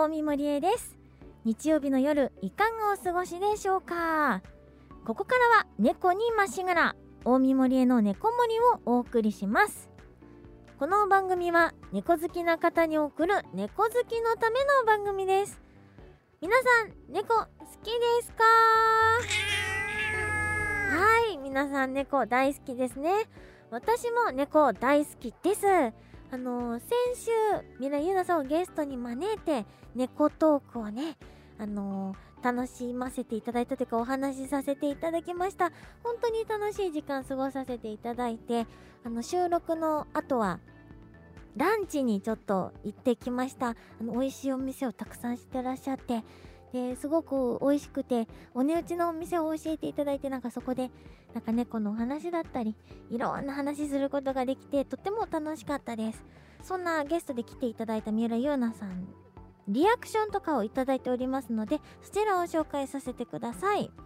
大見森江です。日曜日の夜いかがお過ごしでしょうか。ここからは猫にまっしぐら大見森江の猫森をお送りします。この番組は猫好きな方に送る猫好きのための番組です。皆さん猫好きですか？はい、皆さん猫大好きですね。私も猫大好きです。先週ミラユナさんをゲストに招いて猫トークをね楽しませていただいたというかお話しさせていただきました。本当に楽しい時間過ごさせていただいて、収録の後はランチにちょっと行ってきました。美味しいお店をたくさんしてらっしゃって、ですごく美味しくてお値打ちのお店を教えていただいて、そこで猫のお話だったりいろんな話することができてとっても楽しかったです。そんなゲストで来ていただいた三浦優奈さん、リアクションとかをいただいておりますので、そちらを紹介させてください。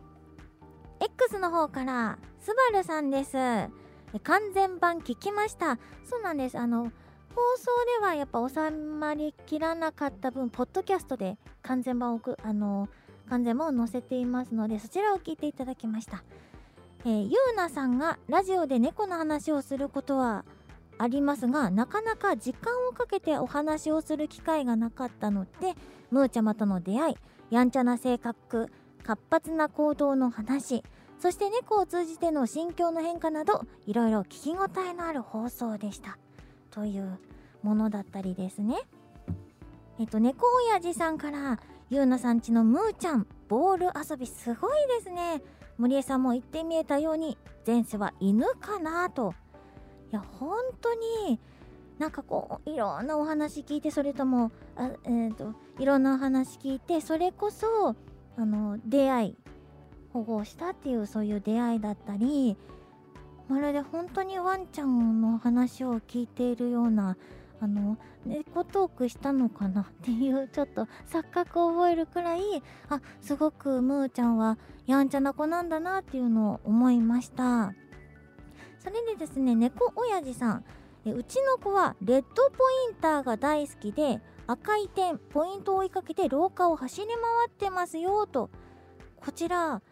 X の方からスバルさんです。完全版聞きました。そうなんです。放送ではやっぱ収まりきらなかった分、ポッドキャストで完全版を載せていますので、そちらを聞いていただきました。ゆうなさんがラジオで猫の話をすることはありますが、なかなか時間をかけてお話をする機会がなかったので、ムーちゃまとの出会い、やんちゃな性格、活発な行動の話、そして猫を通じての心境の変化など、いろいろ聞き応えのある放送でしたというものだったりですね。猫おやじさんから、ゆうなさんちのムーちゃんボール遊びすごいですね。森江さんも言ってみえたように前世は犬かなと。いや本当にいろんなお話聞いて、それともいろんなお話聞いて、それこそ出会い、保護をしたっていう、そういう出会いだったり、まるで本当にワンちゃんの話を聞いているような、猫トークしたのかなっていうちょっと錯覚を覚えるくらい、すごくムーちゃんはやんちゃな子なんだなっていうのを思いました。それでですね、猫おやじさん、うちの子はレッドポインターが大好きで、赤い点ポイントを追いかけて廊下を走り回ってますよと。こちら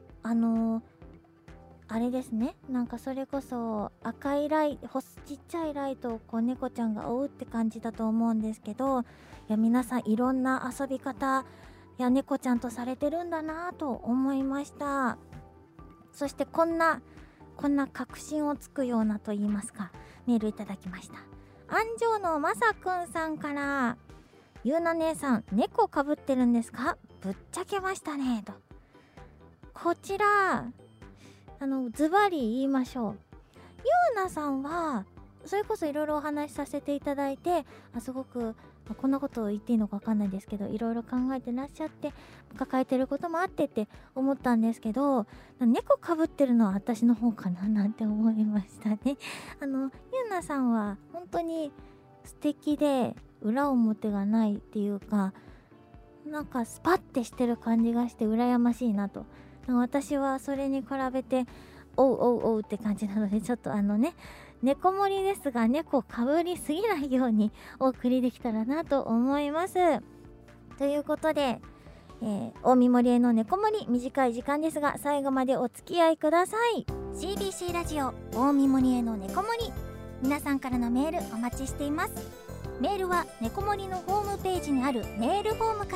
あれですね、それこそ赤いライト、ちっちゃいライトを猫ちゃんが追うって感じだと思うんですけど、いや皆さんいろんな遊び方や猫ちゃんとされてるんだなと思いました。そしてこんな確信をつくようなと言いますか、メールいただきました。安城のまさくんさんから、ゆうな姉さん猫かぶってるんですか？ぶっちゃけましたねと。こちらズバリ言いましょう。ゆうなさんはそれこそいろいろお話しさせていただいて、すごくこんなことを言っていいのか分かんないですけど、いろいろ考えてらっしゃって、抱えてることもあってって思ったんですけど、猫かぶってるのは私の方かななんて思いましたね。ゆうなさんは本当に素敵で裏表がないっていうか、スパッてしてる感じがして羨ましいなと。私はそれに比べておうおうおうって感じなので、ちょっと猫盛りですが猫かぶりすぎないようにお送りできたらなと思います。ということで、大見森への猫盛り、短い時間ですが最後までお付き合いください。 CBC ラジオ大見森への猫盛り、皆さんからのメールお待ちしています。メールは猫盛りのホームページにあるメールフォームから。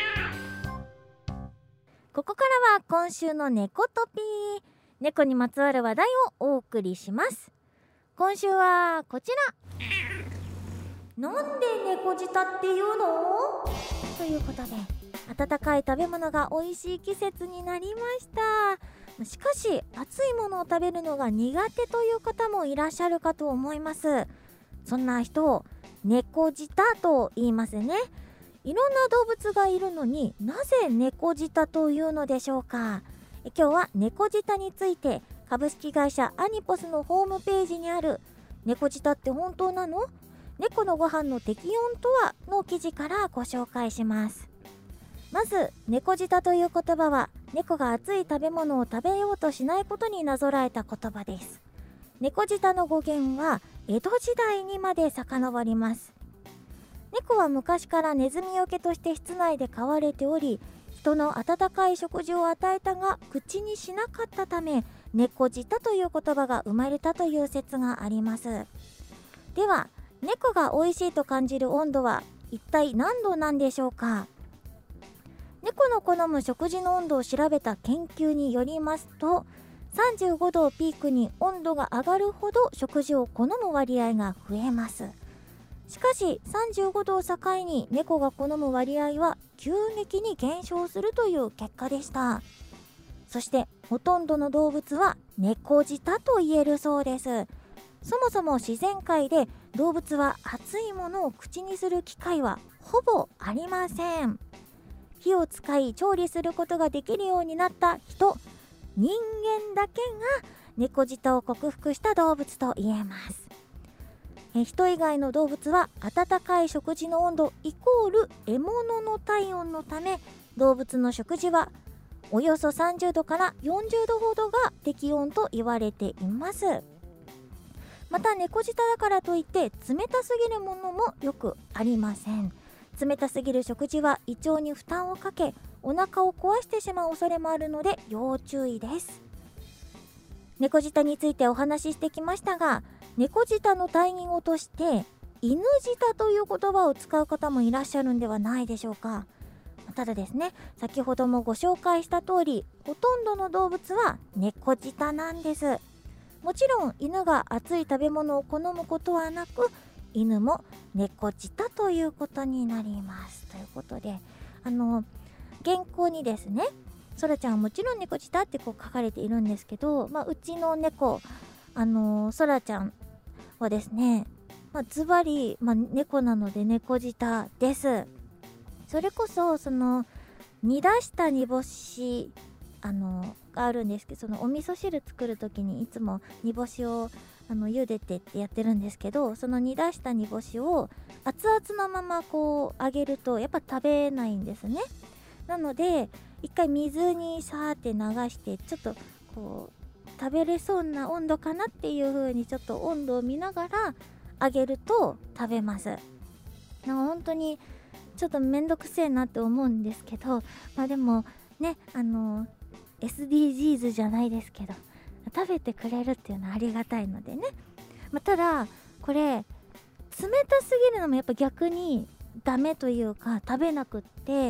ここからは今週の猫トピー、猫にまつわる話題をお送りします。今週はこちら、なんで猫舌っていうのということで、温かい食べ物が美味しい季節になりました。しかし熱いものを食べるのが苦手という方もいらっしゃるかと思います。そんな人を猫舌と言いますね。いろんな動物がいるのになぜ猫舌というのでしょうか。今日は猫舌について、株式会社アニポスのホームページにある猫舌って本当なの？猫のご飯の適温とはの記事からご紹介します。まず猫舌という言葉は、猫が熱い食べ物を食べようとしないことになぞらえた言葉です。猫舌の語源は江戸時代にまで遡ります。 猫は昔からネズミよけとして室内で飼われており、人の温かい食事を与えたが口にしなかったため、猫舌という言葉が生まれたという説があります。では、猫が美味しいと感じる温度は一体何度なんでしょうか。猫の好む食事の温度を調べた研究によりますと、35度をピークに温度が上がるほど食事を好む割合が増えます。しかし35度を境に猫が好む割合は急激に減少するという結果でした。そしてほとんどの動物は猫舌と言えるそうです。そもそも自然界で動物は熱いものを口にする機会はほぼありません。火を使い調理することができるようになった人間だけが猫舌を克服した動物と言えます。人以外の動物は温かい食事の温度イコール獲物の体温のため、動物の食事はおよそ30度から40度ほどが適温と言われています。また猫舌だからといって冷たすぎるものもよくありません。冷たすぎる食事は胃腸に負担をかけ、お腹を壊してしまう恐れもあるので要注意です。猫舌についてお話ししてきましたが、猫舌の対義語として犬舌という言葉を使う方もいらっしゃるんではないでしょうか。ただですね、先ほどもご紹介した通り、ほとんどの動物は猫舌なんです。もちろん犬が熱い食べ物を好むことはなく、犬も猫舌ということになりますということで、原稿にですね、そらちゃんはもちろん猫舌ってこう書かれているんですけど、うちの猫そらちゃんはですね、ズバリ、猫なので猫舌です。それこそその煮出した煮干しがあるんですけど、そのお味噌汁作る時にいつも煮干しを茹でてってやってるんですけど、その煮出した煮干しを熱々のままこう揚げるとやっぱ食べないんですね。なので一回水にさーって流して、ちょっとこう食べれそうな温度かなっていう風にちょっと温度を見ながら揚げると食べます。本当にちょっとめんどくせえなって思うんですけど、でもね、SDGs じゃないですけど、食べてくれるっていうのはありがたいのでね。ただこれ冷たすぎるのもやっぱ逆にダメというか、食べなくって、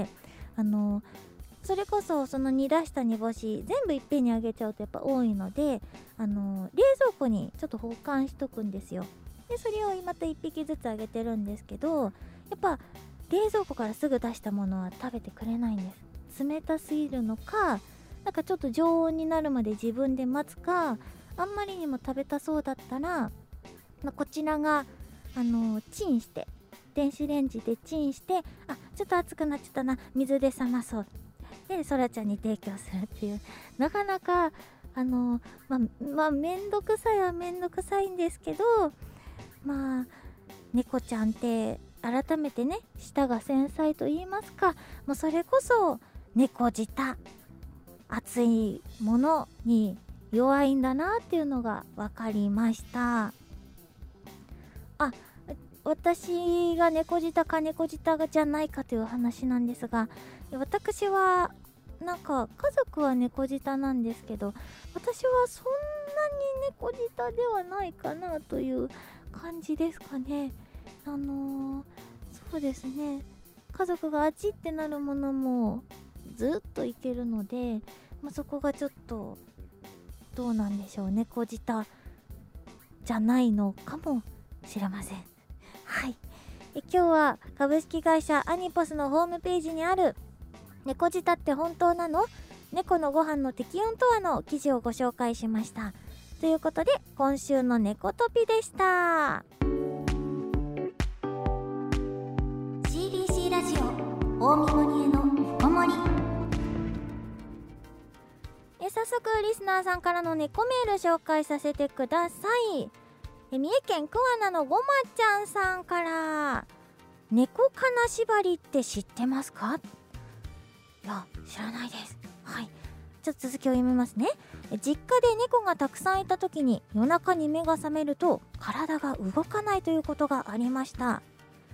それこそその煮出した煮干し全部いっぺんにあげちゃうとやっぱ多いので、冷蔵庫にちょっと保管しとくんですよ。でそれをまた1匹ずつあげてるんですけど、やっぱ冷蔵庫からすぐ出したものは食べてくれないんです。冷たすぎるのか、なんかちょっと常温になるまで自分で待つか、あんまりにも食べたそうだったら、こちらがチンして、電子レンジでチンして、ちょっと熱くなっちゃったな、水で冷まそうでそらちゃんに提供するっていう、なかなかめんどくさいはめんどくさいんですけど、猫ちゃんって改めてね、舌が繊細と言いますか、もうそれこそ猫舌、熱いものに弱いんだなっていうのが分かりました。私が猫舌か猫舌じゃないかという話なんですが、私はなんか家族は猫舌なんですけど、私はそんなに猫舌ではないかなという感じですかね。そうですね、家族があちってなるものもずっといけるので、そこがちょっとどうなんでしょう、猫舌じゃないのかもしれません。はい、今日は株式会社アニポスのホームページにある猫舌って本当なの？猫のご飯の適温とはの記事をご紹介しました。ということで今週の猫トピでした。 CBC ラジオ大見森への猫森。早速リスナーさんからの猫メール紹介させてください。三重県桑名のごまちゃんさんから、猫金縛りって知ってますか？いや、知らないです。はい、ちょっと続きを読みますね。実家で猫がたくさんいた時に夜中に目が覚めると体が動かないということがありました。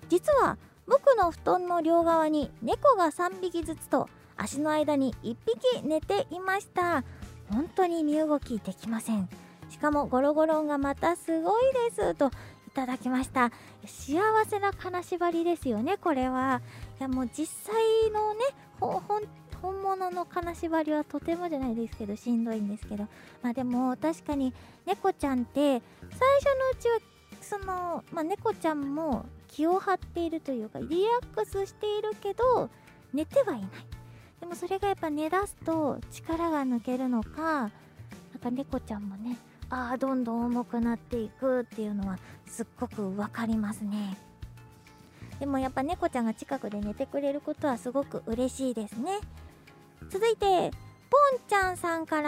実は僕の布団の両側に猫が3匹ずつと足の間に1匹寝ていました。本当に身動きできません。しかもゴロゴロンがまたすごいですといただきました。幸せな金縛りですよね、これは。いやもう実際のね本物の金縛りはとてもじゃないですけどしんどいんですけど、まあでも確かに猫ちゃんって最初のうちは猫ちゃんも気を張っているというかリラックスしているけど寝てはいない。でもそれがやっぱ寝だすと力が抜けるのか、なんか猫ちゃんもねどんどん重くなっていくっていうのはすっごくわかりますね。でもやっぱ猫ちゃんが近くで寝てくれることはすごく嬉しいですね。続いてポンちゃんさんから、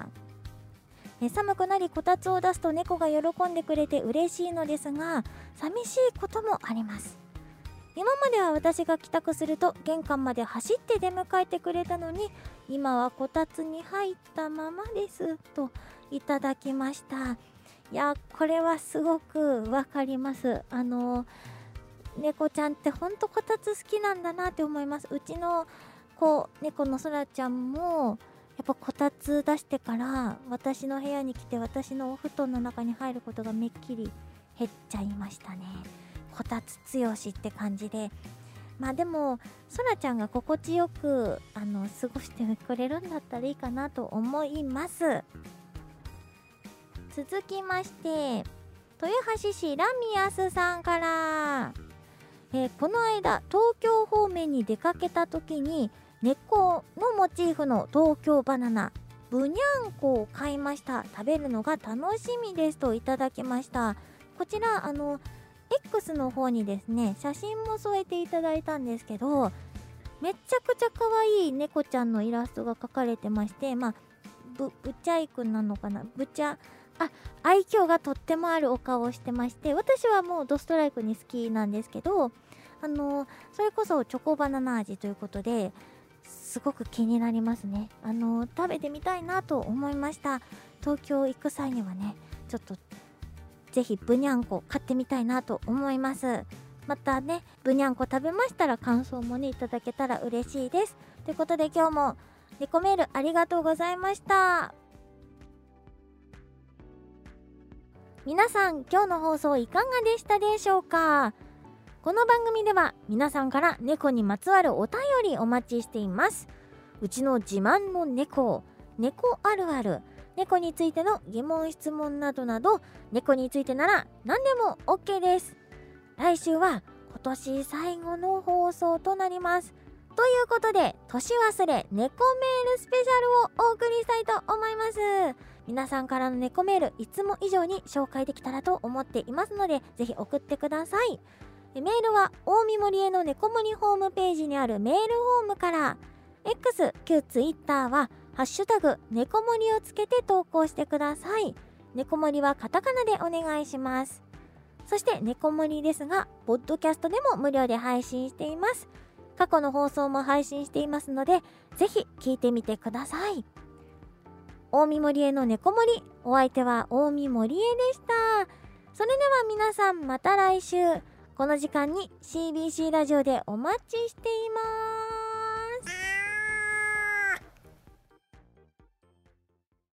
寒くなりこたつを出すと猫が喜んでくれて嬉しいのですが、寂しいこともあります。今までは私が帰宅すると玄関まで走って出迎えてくれたのに、今はこたつに入ったままですといただきました。いやこれはすごくわかります。猫ちゃんってほんとこたつ好きなんだなって思います。うちの猫のそらちゃんもやっぱこたつ出してから私の部屋に来て私のお布団の中に入ることがめっきり減っちゃいましたね。こたつ強しって感じで、まあでもそらちゃんが心地よく過ごしてくれるんだったらいいかなと思います。続きまして豊橋市ラミアスさんから、この間東京方面に出かけた時に猫のモチーフの東京バナナブニャンコを買いました。食べるのが楽しみですといただきました。こちらX の方にですね写真も添えていただいたんですけど、めちゃくちゃ可愛い猫ちゃんのイラストが描かれてまして、ブチャイくんなのかな、愛嬌がとってもあるお顔をしてまして、私はもうドストライクに好きなんですけど、それこそチョコバナナ味ということですごく気になりますね。食べてみたいなと思いました。東京行く際にはねちょっとぜひブニャンコ買ってみたいなと思います。またねブニャンコ食べましたら感想もねいただけたら嬉しいです。ということで今日も猫メールありがとうございました。皆さん今日の放送いかがでしたでしょうか。この番組では皆さんから猫にまつわるお便りお待ちしています。うちの自慢の猫あるある、猫についての疑問質問などなど、猫についてなら何でも OK です。来週は今年最後の放送となります。ということで年忘れ猫メールスペシャルをお送りしたいと思います。皆さんからの猫メールいつも以上に紹介できたらと思っていますのでぜひ送ってください。メールは大見森への猫森ホームページにあるメールフォームから、 X 旧 Twitter はハッシュタグ猫森をつけて投稿してください。猫森はカタカナでお願いします。そして猫森ですがポッドキャストでも無料で配信しています。過去の放送も配信していますのでぜひ聞いてみてください。大見森への猫森、お相手は大見森へでした。それでは皆さんまた来週この時間に CBC ラジオでお待ちしています。